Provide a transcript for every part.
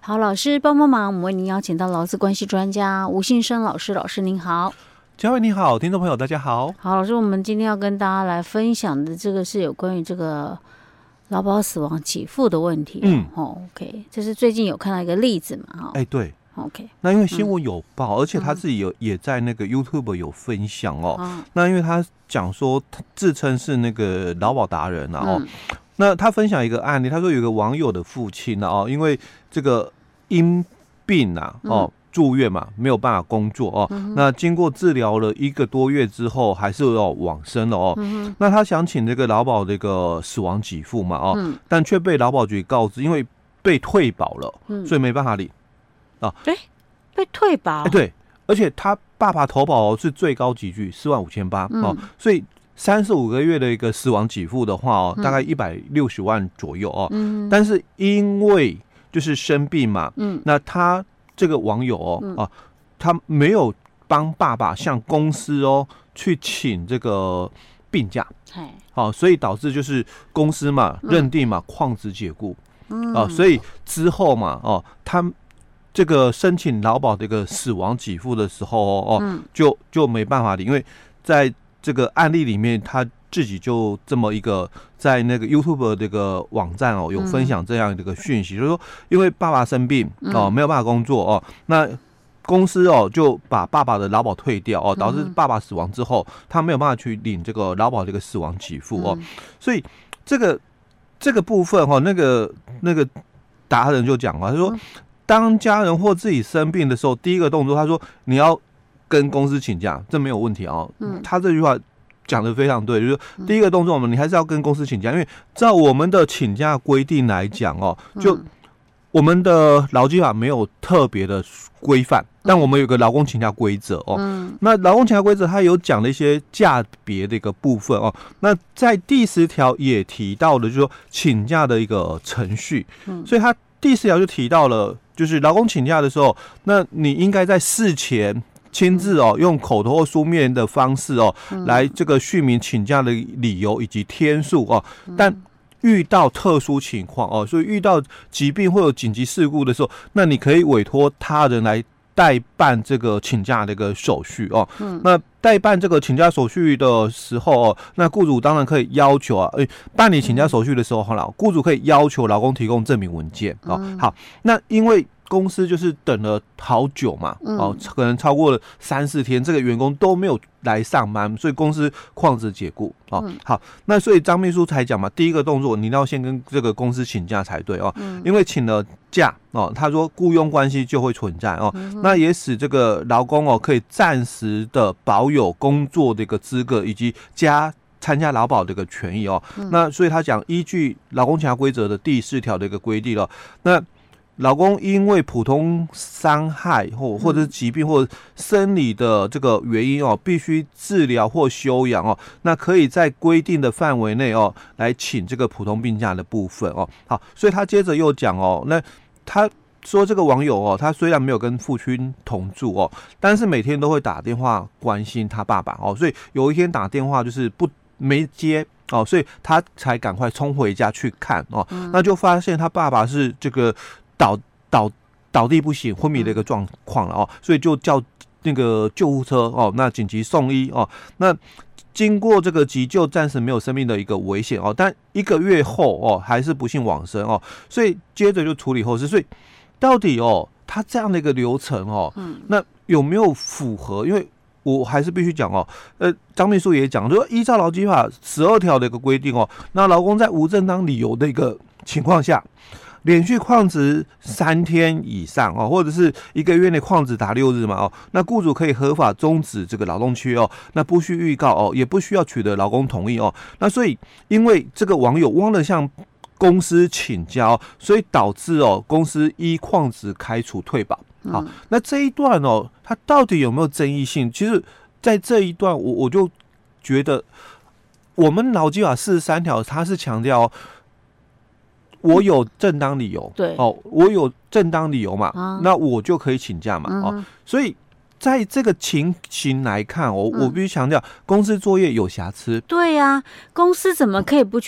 好，老师帮帮忙，我们为您邀请到劳资关系专家吴信生老师，老师您好。 嘉惠你好，听众朋友大家好。 好，老师，我们今天要跟大家来分享的这个是有关于这个劳保死亡给付的问题。OK， 这是最近有看到一个例子嘛？ 对。 OK， 那因为新闻有报，而且他自己也在那个 YouTube 有分享哦。那因为他讲说他自称是那个劳保达人啊。那他分享一个案例，他说有一个网友的父亲啊，因为这个因病啊住院嘛，没有办法工作哦。那经过治疗了1个多月之后，还是往生了哦。那他想请这个劳保这个死亡给付嘛但却被劳保局告知，因为被退保了，所以没办法领被退保。 对，而且他爸爸投保是最高级距45800所以35个月的一个死亡给付的话大概160万左右但是因为就是生病嘛，那他这个网友他没有帮爸爸向公司去请这个病假，所以导致就是公司嘛认定嘛旷职解雇所以之后嘛他这个申请劳保的一个死亡给付的时候就没办法领，因为在这个案例里面他自己就这么一个在那个 YouTube 这个网站有分享这样的一个讯息，就是说因为爸爸生病没有办法工作那公司就把爸爸的劳保退掉导致爸爸死亡之后他没有办法去领这个劳保这个死亡给付所以这个部分那个达人就讲他说当家人或自己生病的时候，第一个动作他说你要跟公司请假，这没有问题他这句话讲得非常对，就是第一个动作你还是要跟公司请假，因为照我们的请假规定来讲就我们的劳基法没有特别的规范，但我们有个劳工请假规则那劳工请假规则它有讲了一些假别的一个部分那在第10条也提到了就是说请假的一个程序所以它第10条就提到了就是劳工请假的时候，那你应该在事前亲自用口头或书面的方式来这个叙明请假的理由以及天数但遇到特殊情况所以遇到疾病或有紧急事故的时候，那你可以委托他人来代办这个请假的一个手续那代办这个请假手续的时候那雇主当然可以要求办理请假手续的时候雇主可以要求劳工提供证明文件好，那因为公司就是等了好久嘛可能超过了3-4天，这个员工都没有来上班，所以公司旷职解雇好，那所以张秘书才讲嘛，第一个动作你要先跟这个公司请假才对因为请了假他说雇佣关系就会存在那也使这个劳工可以暂时的保有工作的一个资格以及参加劳保的一个权益那所以他讲依据劳工请假规则的第4条的一个规定那劳工因为普通伤害或者是疾病或者生理的这个原因必须治疗或休养那可以在规定的范围内来请这个普通病假的部分好，所以他接着又讲那他说这个网友他虽然没有跟父亲同住但是每天都会打电话关心他爸爸所以有一天打电话就是没接所以他才赶快冲回家去看那就发现他爸爸是这个倒地不醒昏迷的一个状况了所以就叫那个救护车那紧急送医那经过这个急救暂时没有生命的一个危险但1个月后还是不幸往生所以接着就处理后事。所以到底他这样的一个流程那有没有符合？因为我还是必须讲张秘书也讲，就是依照劳基法12条的一个规定那劳工在无正当理由的一个情况下，连续旷职3天以上或者是1个月内旷职达6日嘛那雇主可以合法终止这个劳动契约那不需预告也不需要取得劳工同意那所以因为这个网友忘了向公司请假所以导致公司依旷职开除退保好，那这一段它到底有没有争议性？其实在这一段我就觉得我们劳基法43条它是强调我有正当理由， 对我有正当理由嘛那我就可以请假嘛所以在这个情形来看我必须强调公司作业有瑕疵。 对呀公司怎么可以不去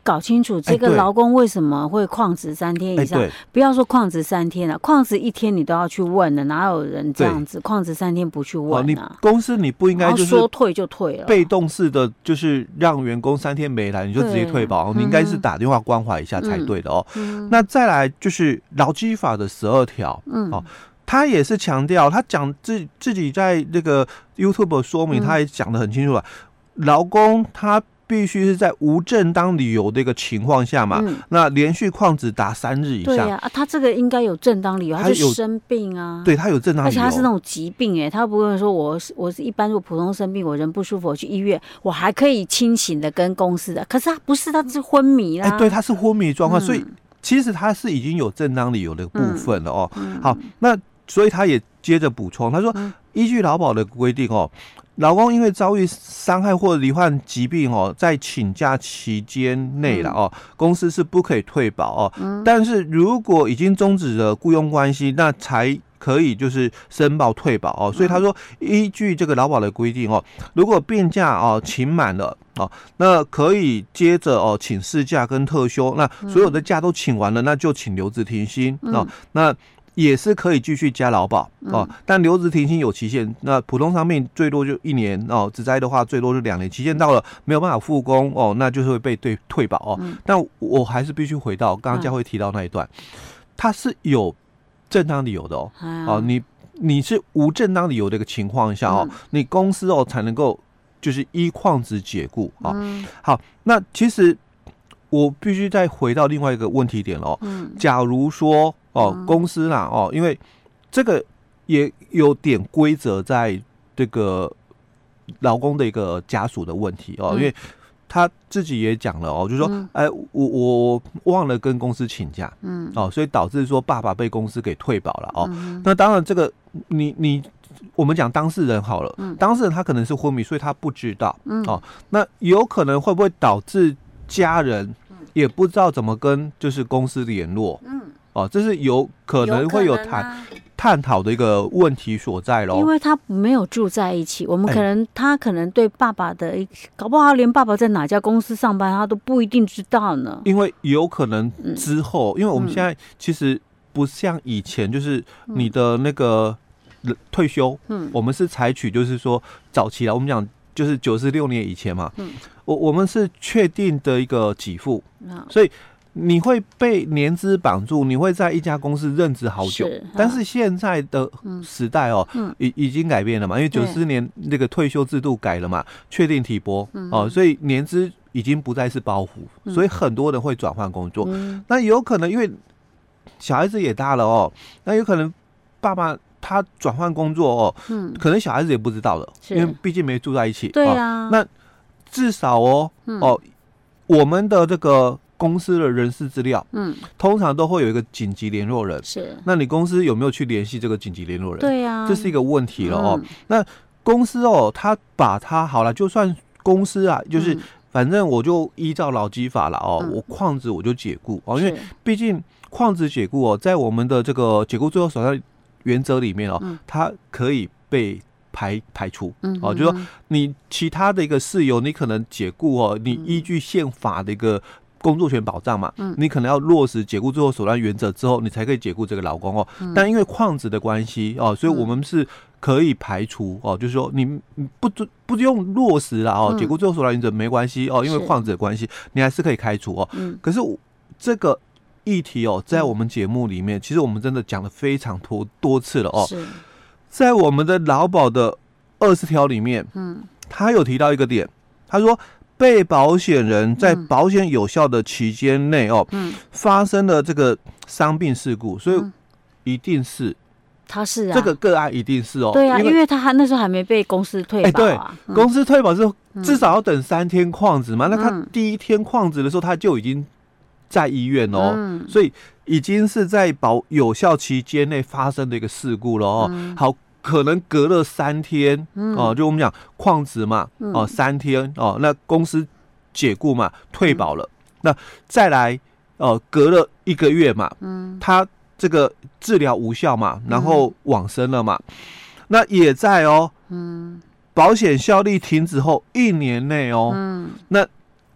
搞清楚这个劳工为什么会旷职3天以上，不要说旷职3天了，旷职1天你都要去问的，哪有人这样子旷职3天不去问啊？ 你公司你不应该就是说退就退了， 被动式的就是让员工3天没来你就直接退保，你应该是打电话关怀一下才对的哦。那再来就是劳基法的12条，他也是强调，他讲自己在这个 YouTube 说明，他也讲得很清楚了，劳工他必须是在无正当理由的一个情况下嘛，那连续旷职达3日以上。 对啊，他这个应该有正当理由，他就生病啊。 对，他有正当理由， 而且他是那种疾病他不会说我是一般如果普通生病，我人不舒服，我去医院，我还可以清醒的跟公司的。可是他不是，他是昏迷啦。 对，他是昏迷状况，所以其实他是已经有正当理由的部分了哦。好，那所以他也接着补充，他说，依据劳保的规定劳工因为遭遇伤害或罹患疾病在请假期间内了公司是不可以退保但是如果已经终止了雇佣关系，那才可以就是申报退保所以他说，依据这个劳保的规定如果病假请满了那可以接着请事假跟特休，那所有的假都请完了，那就请留职停薪那也是可以继续加劳保但留职停薪有期限，那普通伤病最多就1年职灾的话最多就2年，期限到了没有办法复工那就是会被退保但我还是必须回到刚刚佳慧提到那一段，它是有正当理由的你是无正当理由的一个情况下你公司才能够就是依旷职解雇好，那其实我必须再回到另外一个问题点假如说公司啦因为这个也有点规则在这个劳工的一个家属的问题因为他自己也讲了就是说我忘了跟公司请假所以导致说爸爸被公司给退保了那当然这个我们讲当事人好了当事人他可能是昏迷，所以他不知道那有可能会不会导致家人也不知道怎么跟就是公司联络这是有可能会有探讨的一个问题所在咯， 因为他没有住在一起，我们他可能对爸爸的搞不好连爸爸在哪家公司上班他都不一定知道呢， 因为有可能之后因为我们现在其实不像以前就是你的那个退休我们是采取就是说早期我们讲就是96年以前嘛我们是确定的一个给付所以你会被年资绑住，你会在一家公司任职好久，但是现在的时代已经改变了嘛，因为94年那个退休制度改了嘛，确定提拨所以年资已经不再是包袱，所以很多人会转换工作那有可能因为小孩子也大了那有可能爸爸他转换工作可能小孩子也不知道了，因为毕竟没住在一起。 对啊那至少我们的这个公司的人事资料通常都会有一个紧急联络人， 是那你公司有没有去联系这个紧急联络人？ 对啊， 这是一个问题了那公司他把他好了，就算公司就是反正我就依照劳基法了我旷职我就解雇因为毕竟旷职解雇在我们的这个解雇最后手段原则里面它可以被排除就是说你其他的一个事由你可能解雇你依据宪法的一个工作权保障嘛你可能要落实解雇最后手段原则之后你才可以解雇这个劳工但因为旷职的关系所以我们是可以排除就是说你不用落实啦解雇最后手段原则没关系因为旷职的关系你还是可以开除可是这个议题在我们节目里面其实我们真的讲了非常多次了在我们的劳保的20条里面他有提到一个点，他说被保险人在保险有效的期间内发生了这个伤病事故，所以一定是他是这个个案一定是对因为他那时候还没被公司退保对公司退保是至少要等3天旷职嘛那他第1天旷职的时候他就已经在医院所以已经是在保有效期间内发生的一个事故了好，可能隔了3天就我们讲旷职嘛3天那公司解雇嘛退保了那再来隔了1个月嘛他这个治疗无效嘛然后往生了嘛那也在保险效力停止后1年内那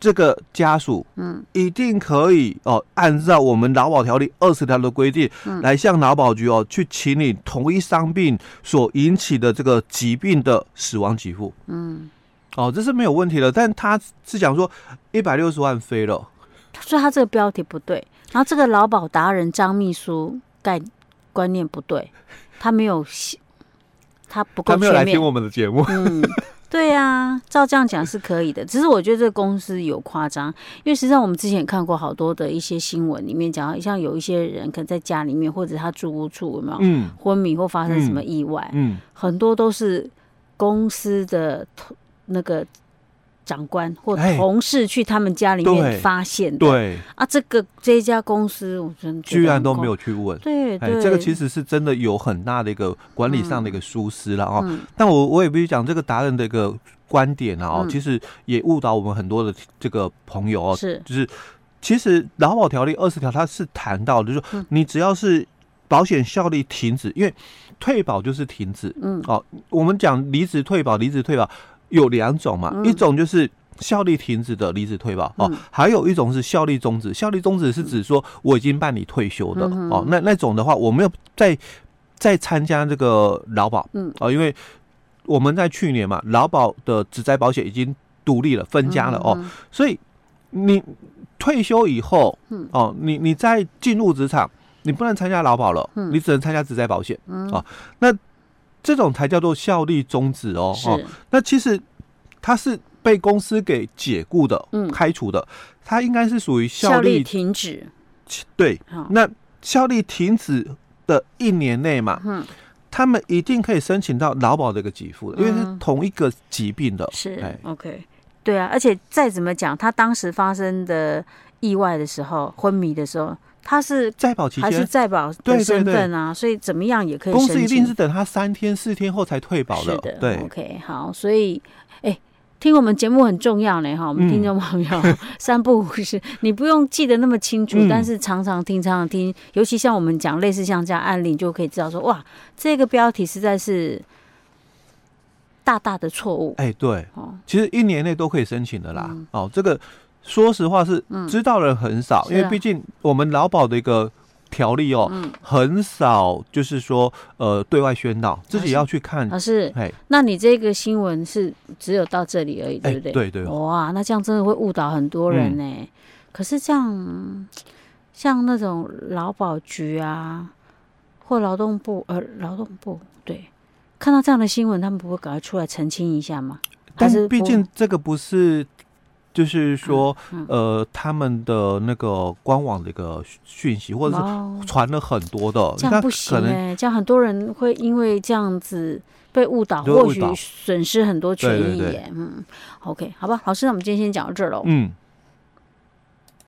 这个家属一定可以按照我们劳保条例20条的规定，来向劳保局去请领同一伤病所引起的这个疾病的死亡给付。这是没有问题的。但他是讲说160万飞了， 所以他这个标题不对，然后这个劳保达人张秘书观念不对，他没有，他不够全面， 他没有来听我们的节目。 对啊，照这样讲是可以的，只是我觉得这个公司有夸张，因为实际上我们之前也看过好多的一些新闻里面讲，像有一些人可能在家里面或者他住屋处有没有昏迷或发生什么意外，很多都是公司的那个长官或同事去他们家里面发现的。 对啊，这一家公司我真的居然都没有去问。 对， 这个其实是真的有很大的一个管理上的一个疏失了但我也必须讲，这个达人的一个观点其实也误导我们很多的这个朋友就是其实劳保条例20条它是谈到的，就是说你只要是保险效力停止，因为退保就是停止。我们讲离职退保有2种嘛，一种就是效力停止的离职退保还有一种是效力终止。效力终止是指说我已经办理退休的那种的话，我没有再参加这个劳保因为我们在去年嘛，劳保的职灾保险已经独立了分家了所以你退休以后你再进入职场，你不能参加劳保了，你只能参加职灾保险那这种才叫做效力终止那其实它是被公司给解雇的开除的，它应该是属于效力停止。 对，那效力停止的1年内嘛他们一定可以申请到劳保这个给付的，因为是同一个疾病的。 是OK， 对啊，而且再怎么讲，他当时发生的意外的时候，昏迷的时候，他是在保期间， 还是在保的身份啊，所以怎么样也可以申请。 公司一定是等他3天4天后才退保的。 是的， 对 ，OK， 好，所以听我们节目很重要呢哈，我们听众朋友3不5时，你不用记得那么清楚，但是常常听，尤其像我们讲类似像这样案例，你就可以知道说，哇，这个标题实在是大大的错误。 对，其实1年内都可以申请的啦。这个说实话是知道的人很少，因为毕竟我们劳保的一个条例很少，就是说对外宣导，自己要去看。 老师，那你这个新闻是只有到这里而已，对不对？ 对。 哇，那这样真的会误导很多人呢。可是这样，像那种劳保局啊，或劳动部，对，看到这样的新闻，他们不会赶快出来澄清一下吗？ 但是毕竟这个不是。就是说，他们的那个官网的一个讯息，或者是传了很多的， 这样不行这样很多人会因为这样子被误导，或许损失很多权益耶。OK， 好吧，老师，那我们今天先讲到这儿喽。